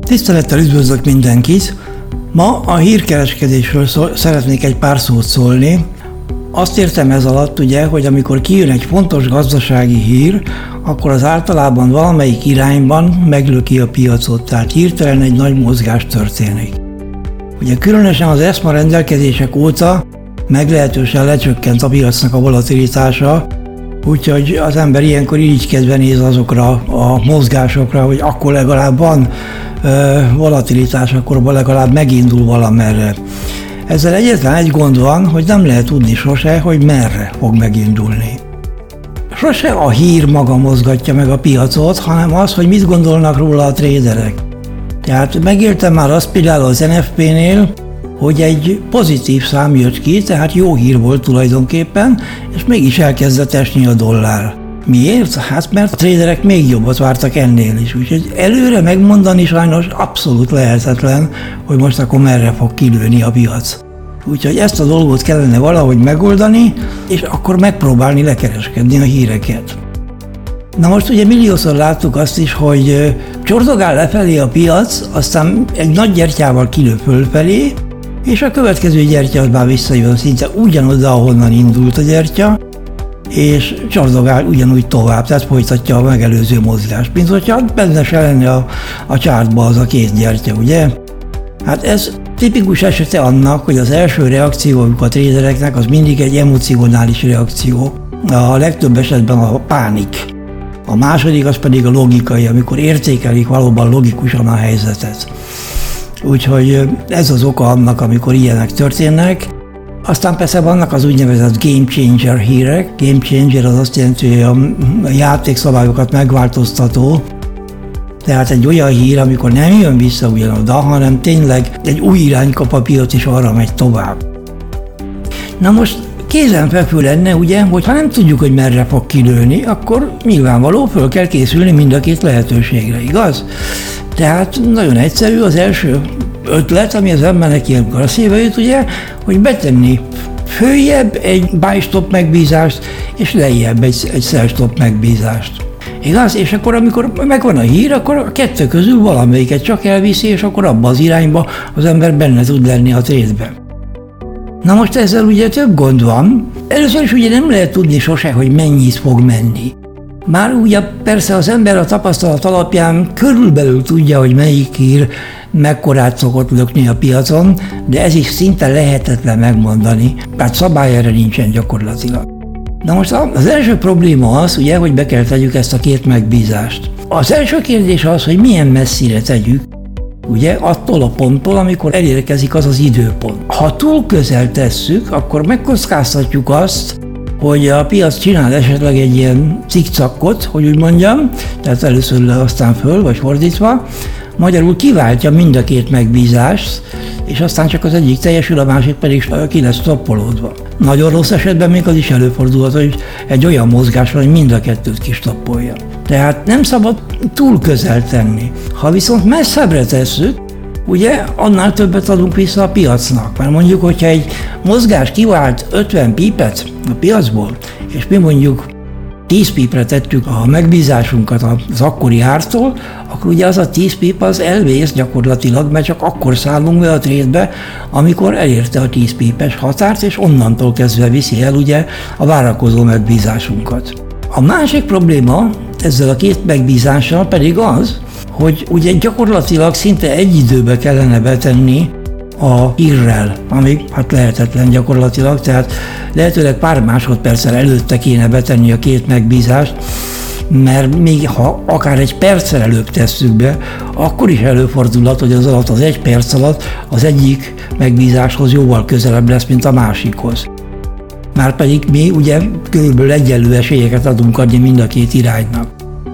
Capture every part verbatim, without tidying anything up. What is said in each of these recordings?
Tisztelettel üdvözlök mindenkit! Ma a hírkereskedésről szó, szeretnék egy pár szót szólni. Azt értem ez alatt, ugye, hogy amikor kijön egy fontos gazdasági hír, akkor az általában valamelyik irányban meglöki a piacot, tehát hirtelen egy nagy mozgás történik. Ugye különösen az ESMA rendelkezések óta meglehetősen lecsökkent a piacnak a volatilitása, úgyhogy az ember ilyenkor irigykedve néz azokra a mozgásokra, hogy akkor legalább van ö, volatilitás, akkor legalább megindul valamerre. Ezzel egyetlen egy gond van, hogy nem lehet tudni sose, hogy merre fog megindulni. Sose a hír maga mozgatja meg a piacot, hanem az, hogy mit gondolnak róla a tréderek. Tehát megéltem már azt például az en ef pé-nél, hogy egy pozitív szám jött ki, tehát jó hír volt tulajdonképpen, és mégis elkezdett esni a dollár. Miért? Hát mert a tréderek még jobbat vártak ennél is, úgyhogy előre megmondani sajnos abszolút lehetetlen, hogy most akkor merre fog kilőni a piac. Úgyhogy ezt a dolgot kellene valahogy megoldani, és akkor megpróbálni lekereskedni a híreket. Na most ugye milliószor láttuk azt is, hogy csordogál lefelé a piac, aztán egy nagy gyertyával kilő fölfelé, és a következő gyertya az már visszajön szinte ugyanoda, ahonnan indult a gyertya, és csordogál ugyanúgy tovább, tehát folytatja a megelőző mozgást, mint hogyha benne se lenne a, a chartba az a két gyertya, ugye? Hát ez tipikus esete annak, hogy az első reakció, amikor a trédereknek, az mindig egy emocionális reakció, a legtöbb esetben a pánik. A második az pedig a logikai, amikor értékelik valóban logikusan a helyzetet. Úgyhogy ez az oka annak, amikor ilyenek történnek. Aztán persze vannak az úgynevezett game changer hírek. Game changer az azt jelenti, hogy a játékszabályokat megváltoztató. Tehát egy olyan hír, amikor nem jön vissza ugyanoda, hanem tényleg egy új irány kap a piac, és arra megy tovább. Na most kézenfekvő lenne, ugye, hogy ha nem tudjuk, hogy merre fog kilőni, akkor nyilvánvaló föl kell készülni mind a két lehetőségre, igaz? Tehát nagyon egyszerű, az első ötlet, ami az embernek ilyenkor a szíve jut, ugye, hogy betenni följebb egy buy stop megbízást, és lejjebb egy, egy sell stop megbízást. Igaz? És akkor, amikor megvan a hír, akkor a kettő közül valamelyiket csak elviszi, és akkor abba az irányba az ember benne tud lenni a trade-ben. Na most ezzel ugye több gond van. Először is ugye nem lehet tudni sose, hogy mennyit fog menni. Már ugye persze az ember a tapasztalat alapján körülbelül tudja, hogy melyik hír mekkorát szokott lökni a piacon, de ez is szinte lehetetlen megmondani, tehát szabály erre nincsen gyakorlatilag. Na most az első probléma az, ugye, hogy be kell tegyük ezt a két megbízást. Az első kérdés az, hogy milyen messzire tegyük, ugye, attól a ponttól, amikor elérkezik az az időpont. Ha túl közel tesszük, akkor megkockáztatjuk azt, hogy a piac csinál esetleg egy ilyen cikcakot, hogy úgy mondjam, tehát először le, aztán föl, vagy fordítva, magyarul kiváltja mind a két megbízást, és aztán csak az egyik teljesül, a másik pedig ki lesz stoppolódva. Nagyon rossz esetben még az is előfordulhat, hogy egy olyan mozgás van, hogy mind a kettőt kistoppolja. Tehát nem szabad túl közel tenni. Ha viszont messzebbre tesszük, ugye annál többet adunk vissza a piacnak. Mert mondjuk, hogyha egy mozgás kivált ötven pipet a piacból, és mi mondjuk tíz pipre tettük a megbízásunkat az akkori ártól, akkor ugye az a tíz pip az elvész gyakorlatilag, mert csak akkor szállunk be a trade-be, amikor elérte a tíz pipes határt, és onnantól kezdve viszi el ugye a várakozó megbízásunkat. A másik probléma ezzel a két megbízással pedig az, hogy ugye gyakorlatilag szinte egy időbe kellene betenni a hírrel, ami hát lehetetlen gyakorlatilag, tehát lehetőleg pár másodperccel előtte kéne betenni a két megbízást, mert még ha akár egy perccel előbb tesszük be, akkor is előfordulhat, hogy az alatt az egy perc alatt az egyik megbízáshoz jóval közelebb lesz, mint a másikhoz. Márpedig mi ugye körülbelül egyenlő esélyeket adunk adni mind a két iránynak.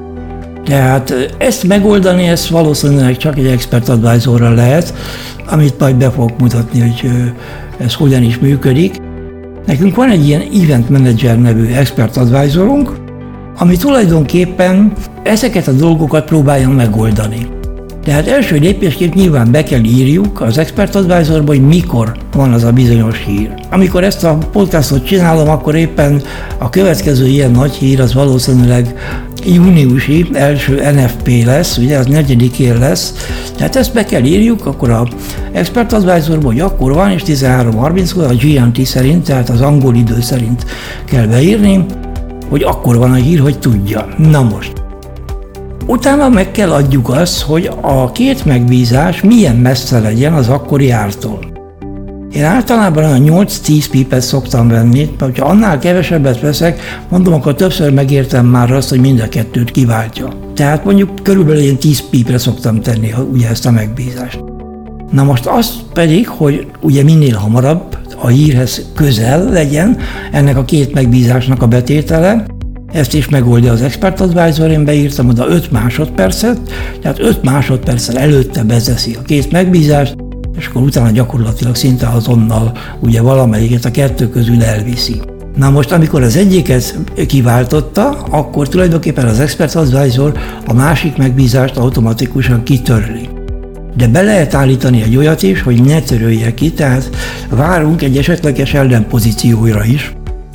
Tehát ezt megoldani, ezt valószínűleg csak egy expert advisorral lehet, amit majd be fogok mutatni, hogy ez hogyan is működik. Nekünk van egy ilyen event manager nevű expert advisorunk, ami tulajdonképpen ezeket a dolgokat próbálja megoldani. Tehát első lépésként nyilván be kell írjuk az expert advisorba, hogy mikor van az a bizonyos hír. Amikor ezt a podcastot csinálom, akkor éppen a következő ilyen nagy hír az valószínűleg júniusi első en ef pé lesz, ugye az negyedikén lesz, tehát ezt be kell írjuk, akkor a Expert Advisorban, hogy akkor van, és tizenhárom harminckor a gé em té szerint, tehát az angol idő szerint kell beírni, hogy akkor van a hír, hogy tudja. Na most. Utána meg kell adjuk azt, hogy a két megbízás milyen messze legyen az akkori ártól. Én általában a nyolc-tíz pípet szoktam venni, mert ha annál kevesebbet veszek, mondom, akkor többször megértem már azt, hogy mind a kettőt kiváltja. Tehát mondjuk körülbelül ilyen tíz pípre szoktam tenni ugye ezt a megbízást. Na most az pedig, hogy ugye minél hamarabb a hírhez közel legyen ennek a két megbízásnak a betétele, ezt is megoldja az Expert Advisor, én beírtam oda öt másodpercet, tehát öt másodperccel előtte beteszi a két megbízást, és akkor utána gyakorlatilag szinte azonnal ugye valamelyiket a kettő közül elviszi. Na most, amikor az egyiket kiváltotta, akkor tulajdonképpen az Expert Advisor a másik megbízást automatikusan kitörli. De be lehet állítani egy olyat is, hogy ne törölje ki, tehát várunk egy esetleges ellenpozícióra is.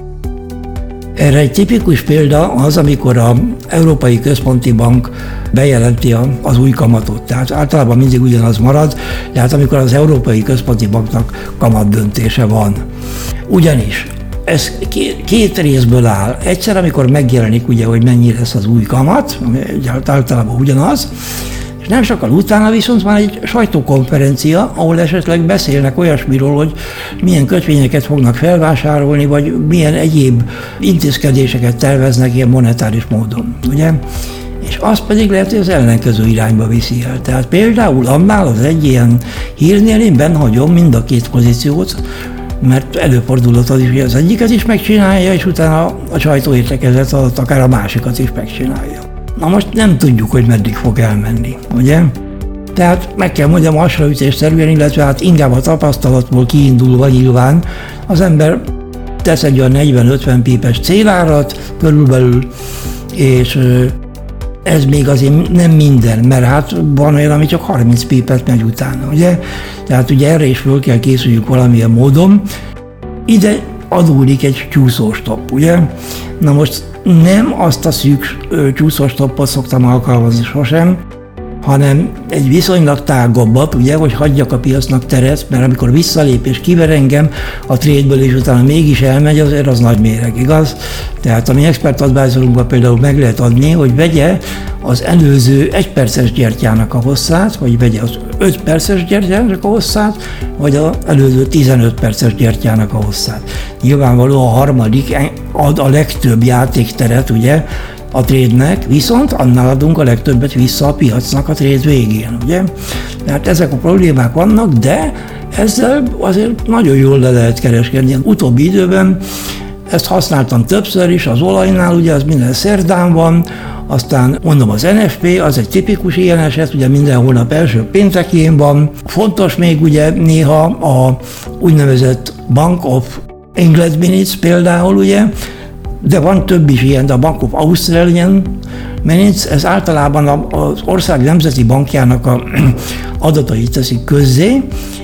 Erre egy tipikus példa az, amikor az Európai Központi Bank bejelenti az új kamatot. Tehát általában mindig ugyanaz marad, tehát amikor az Európai Központi Banknak kamatdöntése van. Ugyanis ez két részből áll. Egyszer, amikor megjelenik, ugye, hogy mennyi lesz az új kamat, általában ugyanaz, és nem sokkal utána viszont van egy sajtókonferencia, ahol esetleg beszélnek olyasmiről, hogy milyen kötvényeket fognak felvásárolni, vagy milyen egyéb intézkedéseket terveznek ilyen monetáris módon, ugye? És az pedig lehet, hogy az ellenkező irányba viszi el. Tehát például annál az egy ilyen hírnél én benn hagyom mind a két pozíciót, mert előfordulhat az is, hogy az egyiket is megcsinálja, és utána a sajtóértekezlet alatt akár a másikat is megcsinálja. Na most nem tudjuk, hogy meddig fog elmenni, ugye? Tehát meg kell mondjam hasraütésszerűen, illetve hát inkább a tapasztalatból kiindulva nyilván az ember tesz egy olyan negyven-ötven pípes célárat körülbelül, és ez még azért nem minden, mert hát van olyan, ami csak harminc pípet megy utána, ugye? Tehát ugye erre is föl kell készüljük valamilyen módon. Ide adódik egy csúszóstopp, ugye? Na most nem azt a szűk csúszóstoppot szoktam alkalmazni sosem, hanem egy viszonylag tágabbat, ugye, hogy hagyjak a piacnak teret, mert amikor visszalép és kiver engem a trade-ből, és utána mégis elmegy, azért az nagy méreg, igaz? Tehát a mi Expert Advisorunkban például meg lehet adni, hogy vegye az előző egy perces gyertyának a hosszát, vagy vegye az öt perces gyertyának a hosszát, vagy az előző tizenöt perces gyertyának a hosszát. Nyilvánvaló a harmadik ad a legtöbb játékteret, ugye, a trade-nek, viszont annál adunk a legtöbbet vissza a piacnak a trade végén, ugye? Tehát ezek a problémák vannak, de ezzel azért nagyon jól le lehet kereskedni. Utóbbi időben ezt használtam többször is, az olajnál, ugye az minden szerdán van, aztán mondom az en ef pé, az egy tipikus ilyen eset, ugye minden hónap első péntekén van. Fontos még ugye néha a úgynevezett Bank of England Minutes például, ugye, de van több is ilyen, de a Bank of Australian Minutes, ez általában az ország nemzeti bankjának a adatait teszik közzé.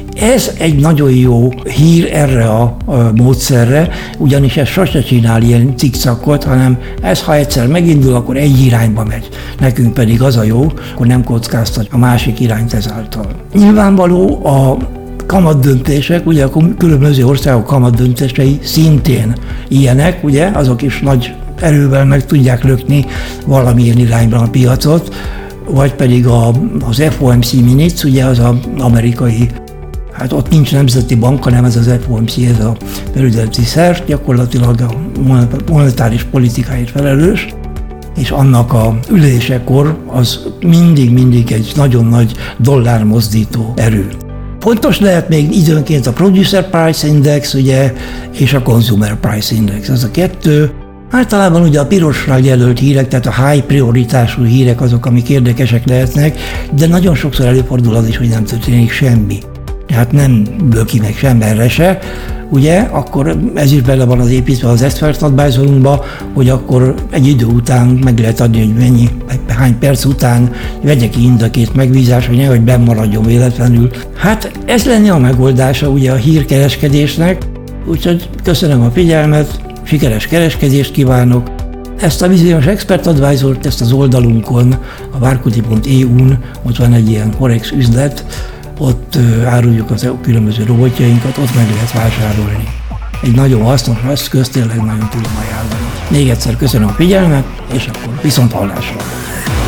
Ez egy nagyon jó hír erre a módszerre, ugyanis ez sose csinál ilyen cikcakot, hanem ez, ha egyszer megindul, akkor egy irányba megy. Nekünk pedig az a jó, akkor nem kockáztat a másik irányt ezáltal. Nyilvánvaló a kamatdöntések, ugye a különböző országok kamatdöntései szintén ilyenek, ugye, azok is nagy erővel meg tudják lökni valamilyen irányban a piacot, vagy pedig a, az ef o em cé Minutes, ugye az az amerikai, hát ott nincs nemzeti bank, hanem ez az ef o em cé, ez a felügyeleti szerv, gyakorlatilag a monetáris politikáért felelős, és annak a ülésekor az mindig-mindig egy nagyon nagy dollármozdító erő. Fontos lehet még időnként a Producer Price Index, ugye, és a Consumer Price Index. Ez a kettő. Általában ugye a pirosra jelölt hírek, tehát a high prioritású hírek azok, amik érdekesek lehetnek, de nagyon sokszor előfordul az is, hogy nem történik semmi. Tehát nem löki meg sem erre se, ugye, akkor ez is bele van az építve az Expert Advisorunkba, hogy akkor egy idő után meg lehet adni, hogy mennyi, hány perc után vegye ki mind a két megbízás, hogy nehogy benn maradjon véletlenül. Hát ez lenne a megoldása ugye a hírkereskedésnek, úgyhogy köszönöm a figyelmet, sikeres kereskedést kívánok, Ezt a bizonyos Expert Advisort, ezt az oldalunkon, a várkoti pont e u-n, ott van egy ilyen Forex üzlet, ott áruljuk az különböző robotjainkat, ott meg lehet vásárolni. Egy nagyon hasznos eszköz, tényleg nagyon tudom ajánlani. Még egyszer köszönöm a figyelmet, és akkor viszont hallásra!